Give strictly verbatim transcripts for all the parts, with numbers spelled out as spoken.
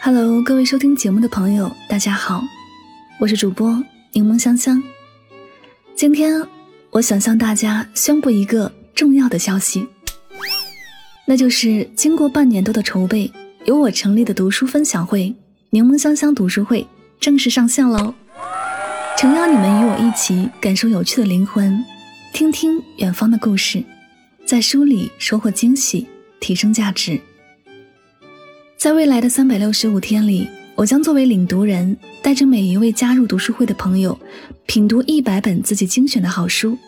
Hello， 各位收听节目的朋友，大家好，我是主播柠檬香香。今天我想向大家宣布一个重要的消息，那就是经过半年多的筹备，由我成立的读书分享会柠檬香香读书会正式上线喽！诚邀你们与我一起感受有趣的灵魂，听听远方的故事，在书里收获惊喜，提升价值。在未来的三百六十五天里，我将作为领读人，带着每一位加入读书会的朋友，品读一百本自己精选的好书。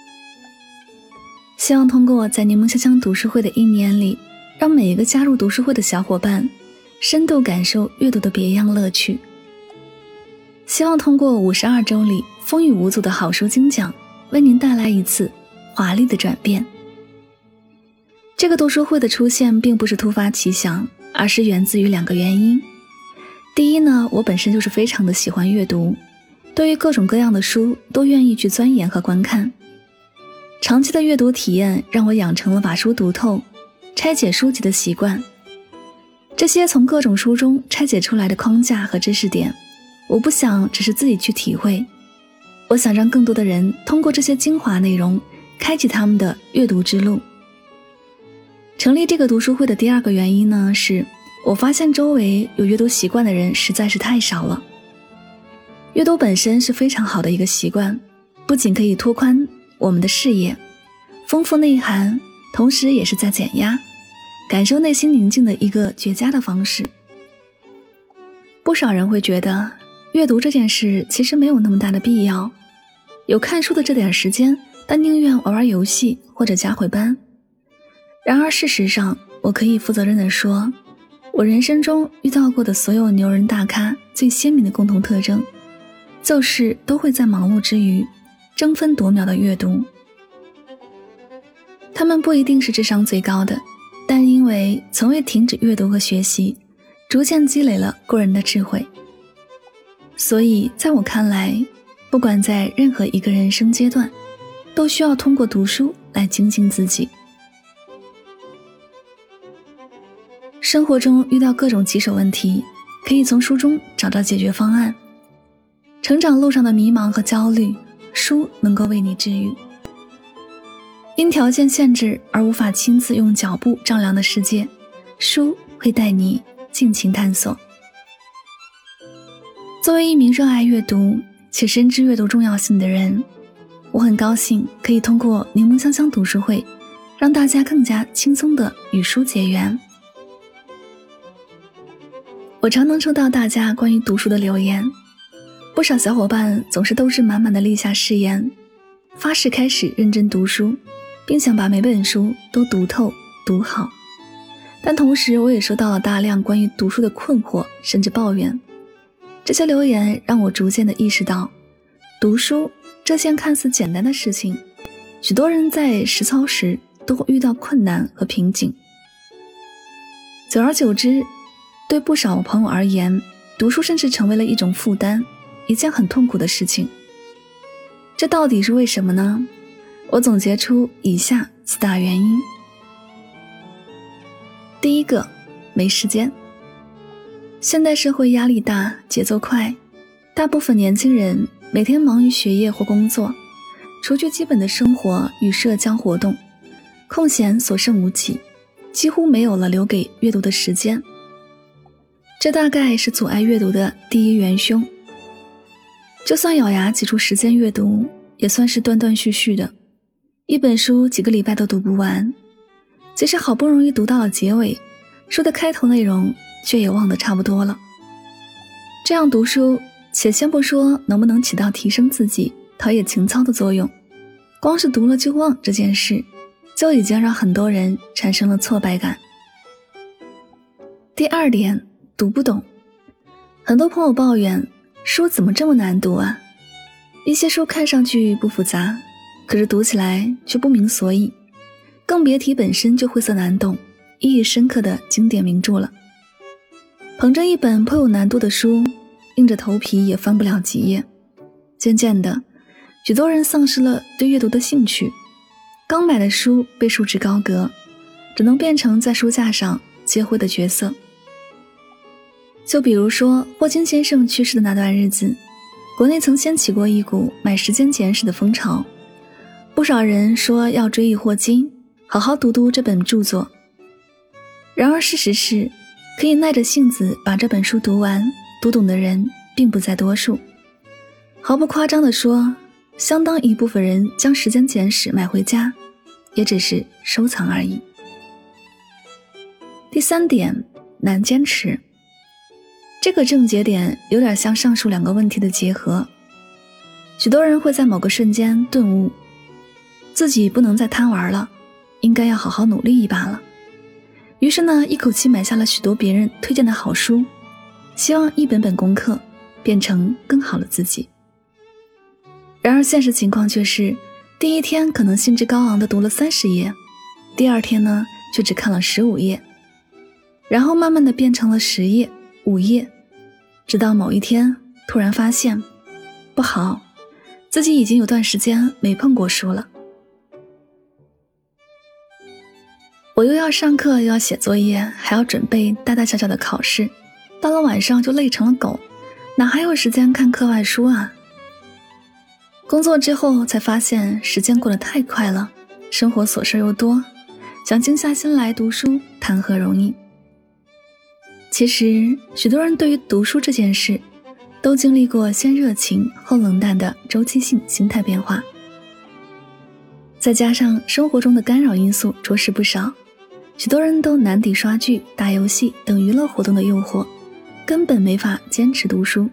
希望通过在柠檬香香读书会的一年里，让每一个加入读书会的小伙伴深度感受阅读的别样乐趣。希望通过五十二周里风雨无阻的好书精讲，为您带来一次华丽的转变。这个读书会的出现并不是突发奇想，而是源自于两个原因。第一呢，我本身就是非常的喜欢阅读，对于各种各样的书都愿意去钻研和观看。长期的阅读体验让我养成了把书读透、拆解书籍的习惯。这些从各种书中拆解出来的框架和知识点，我不想只是自己去体会，我想让更多的人通过这些精华内容，开启他们的阅读之路。成立这个读书会的第二个原因呢，是我发现周围有阅读习惯的人实在是太少了。阅读本身是非常好的一个习惯，不仅可以拓宽我们的视野，丰富内涵，同时也是在减压，感受内心宁静的一个绝佳的方式。不少人会觉得阅读这件事其实没有那么大的必要，有看书的这点时间，但宁愿玩玩游戏或者加会班。然而事实上，我可以负责任地说，我人生中遇到过的所有牛人大咖最鲜明的共同特征，就是都会在忙碌之余争分夺秒的阅读。他们不一定是智商最高的，但因为从未停止阅读和学习，逐渐积累了过人的智慧。所以在我看来，不管在任何一个人生阶段，都需要通过读书来精进自己。生活中遇到各种棘手问题，可以从书中找到解决方案。成长路上的迷茫和焦虑，书能够为你治愈。因条件限制而无法亲自用脚步丈量的世界，书会带你尽情探索。作为一名热爱阅读且深知阅读重要性的人，我很高兴可以通过柠檬香香读书会，让大家更加轻松地与书结缘。我常能收到大家关于读书的留言，不少小伙伴总是斗志满满地立下誓言，发誓开始认真读书，并想把每本书都读透读好。但同时我也收到了大量关于读书的困惑甚至抱怨。这些留言让我逐渐地意识到，读书这件看似简单的事情，许多人在实操时都会遇到困难和瓶颈。久而久之，对不少朋友而言，读书甚至成为了一种负担，一件很痛苦的事情。这到底是为什么呢？我总结出以下四大原因。第一个，没时间。现代社会压力大，节奏快，大部分年轻人每天忙于学业或工作，除去基本的生活与社交活动，空闲所剩无几，几乎没有了留给阅读的时间。这大概是阻碍阅读的第一元凶。就算咬牙挤出时间阅读，也算是断断续续的，一本书几个礼拜都读不完，即使好不容易读到了结尾，书的开头内容却也忘得差不多了。这样读书，且先不说能不能起到提升自己、陶冶情操的作用，光是读了就忘这件事，就已经让很多人产生了挫败感。第二点，读不懂。很多朋友抱怨，书怎么这么难读啊？一些书看上去不复杂，可是读起来却不明所以，更别提本身就晦涩难懂、意义深刻的经典名著了。捧着一本颇有难度的书，硬着头皮也翻不了几页。渐渐的，许多人丧失了对阅读的兴趣，刚买的书被束之高阁，只能变成在书架上接灰的角色。 就比如说霍金先生去世的那段日子，国内曾掀起过一股买时间简史的风潮，不少人说要追忆霍金，好好读读这本著作。然而事实是，可以耐着性子把这本书读完读懂的人并不在多数。毫不夸张地说，相当一部分人将时间简史买回家，也只是收藏而已。第三点，难坚持。这个症结点有点像上述两个问题的结合。许多人会在某个瞬间顿悟，自己不能再贪玩了，应该要好好努力一把了。于是呢，一口气买下了许多别人推荐的好书，希望一本本攻克，变成更好的自己。然而现实情况却是，第一天可能兴致高昂地读了三十页，第二天呢却只看了十五页，然后慢慢地变成了十页、五页，直到某一天突然发现，不好，自己已经有段时间没碰过书了。我又要上课，又要写作业，还要准备大大小小的考试，到了晚上就累成了狗，哪还有时间看课外书啊？工作之后才发现时间过得太快了，生活琐事又多，想静下心来读书谈何容易。其实许多人对于读书这件事都经历过先热情后冷淡的周期性心态变化，再加上生活中的干扰因素着实不少，许多人都难抵刷剧、打游戏等娱乐活动的诱惑，根本没法坚持读书。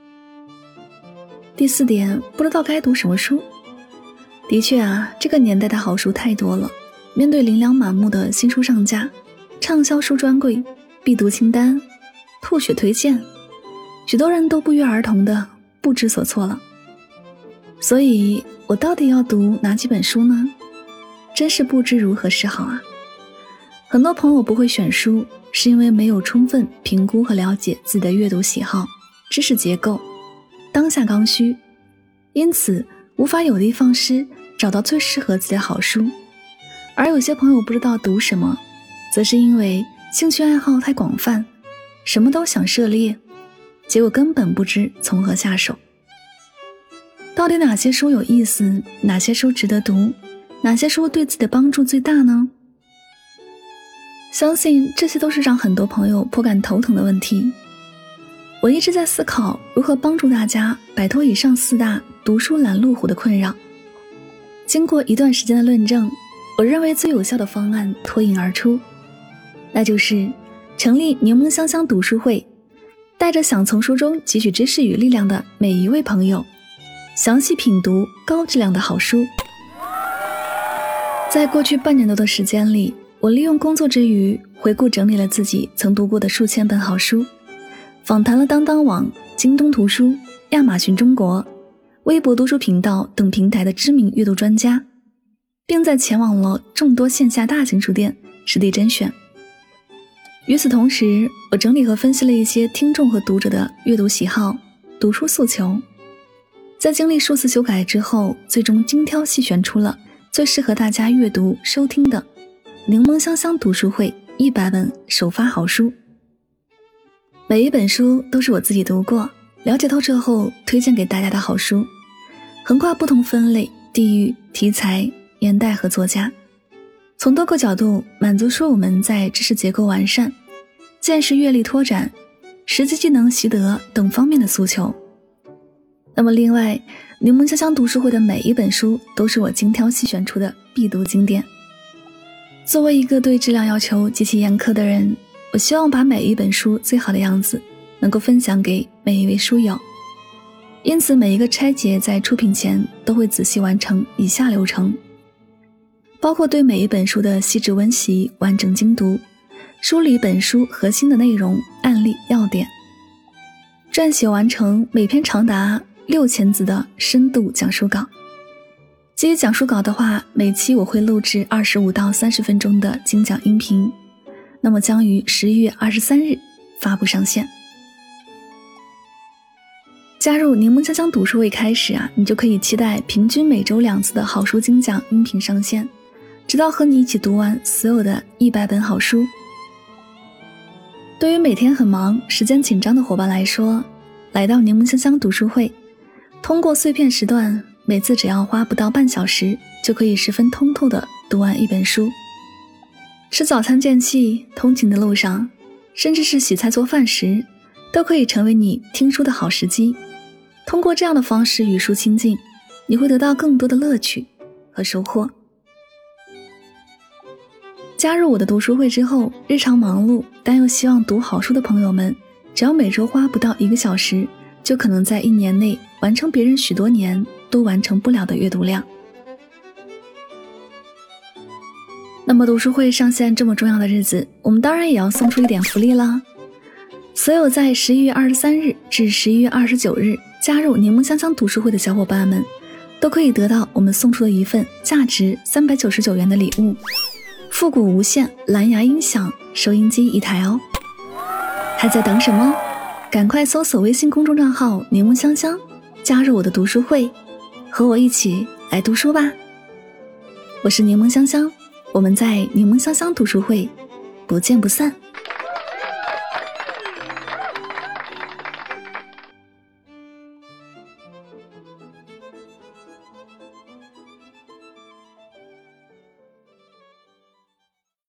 第四点，不知道该读什么书。的确啊，这个年代的好书太多了，面对琳琅满目的新书上架，畅销书专柜、必读清单、吐血推荐，许多人都不约而同的不知所措了。所以我到底要读哪几本书呢？真是不知如何是好啊。很多朋友不会选书，是因为没有充分评估和了解自己的阅读喜好、知识结构、当下刚需，因此无法有的放矢，找到最适合自己的好书。而有些朋友不知道读什么，则是因为兴趣爱好太广泛，什么都想涉猎，结果根本不知从何下手。到底哪些书有意思，哪些书值得读，哪些书对自己的帮助最大呢？相信这些都是让很多朋友颇感头疼的问题。我一直在思考如何帮助大家摆脱以上四大读书拦路虎的困扰。经过一段时间的论证，我认为最有效的方案脱颖而出，那就是成立柠檬香香读书会，带着想从书中汲取知识与力量的每一位朋友，详细品读高质量的好书。在过去半年多的时间里，我利用工作之余回顾整理了自己曾读过的数千本好书，访谈了当当网、京东图书、亚马逊中国、微博读书频道等平台的知名阅读专家，并在前往了众多线下大型书店实地甄选。与此同时，我整理和分析了一些听众和读者的阅读喜好、读书诉求，在经历数次修改之后，最终精挑细选出了最适合大家阅读收听的柠檬香香读书会一百本首发好书。每一本书都是我自己读过、了解透彻后推荐给大家的好书，横跨不同分类、地域、题材、年代和作家，从多个角度满足书友们在知识结构完善、见识阅历拓展、实际技能习得等方面的诉求。那么另外，柠檬香香读书会的每一本书都是我精挑细选出的必读经典。作为一个对质量要求极其严苛的人，我希望把每一本书最好的样子能够分享给每一位书友，因此每一个拆解在出品前都会仔细完成以下流程，包括对每一本书的细致温习、完整精读，梳理本书核心的内容、案例要点，撰写完成每篇长达六千字的深度讲述稿。基于讲述稿的话，每期我会录制二十五到三十分钟的精讲音频，那么将于十一月二十三日发布上线。加入柠檬香香读书会开始啊，你就可以期待平均每周两次的好书精讲音频上线，直到和你一起读完所有的一百本好书。 对于每天很忙、时间紧张的伙伴来说，来到柠檬香香读书会，通过碎片时段，每次只要花不到半小时，就可以十分通透地读完一本书。吃早餐间隙、通勤的路上，甚至是洗菜做饭时，都可以成为你听书的好时机。通过这样的方式与书亲近，你会得到更多的乐趣和收获。加入我的读书会之后，日常忙碌但又希望读好书的朋友们，只要每周花不到一个小时，就可能在一年内完成别人许多年都完成不了的阅读量。那么读书会上线这么重要的日子，我们当然也要送出一点福利啦！所有在十一月二十三日至十一月二十九日加入柠檬香香读书会的小伙伴们，都可以得到我们送出的一份价值三百九十九元的礼物，复古无线蓝牙音响收音机一台哦。还在等什么？赶快搜索微信公众账号柠檬香香，加入我的读书会，和我一起来读书吧。我是柠檬香香，我们在柠檬香香读书会不见不散。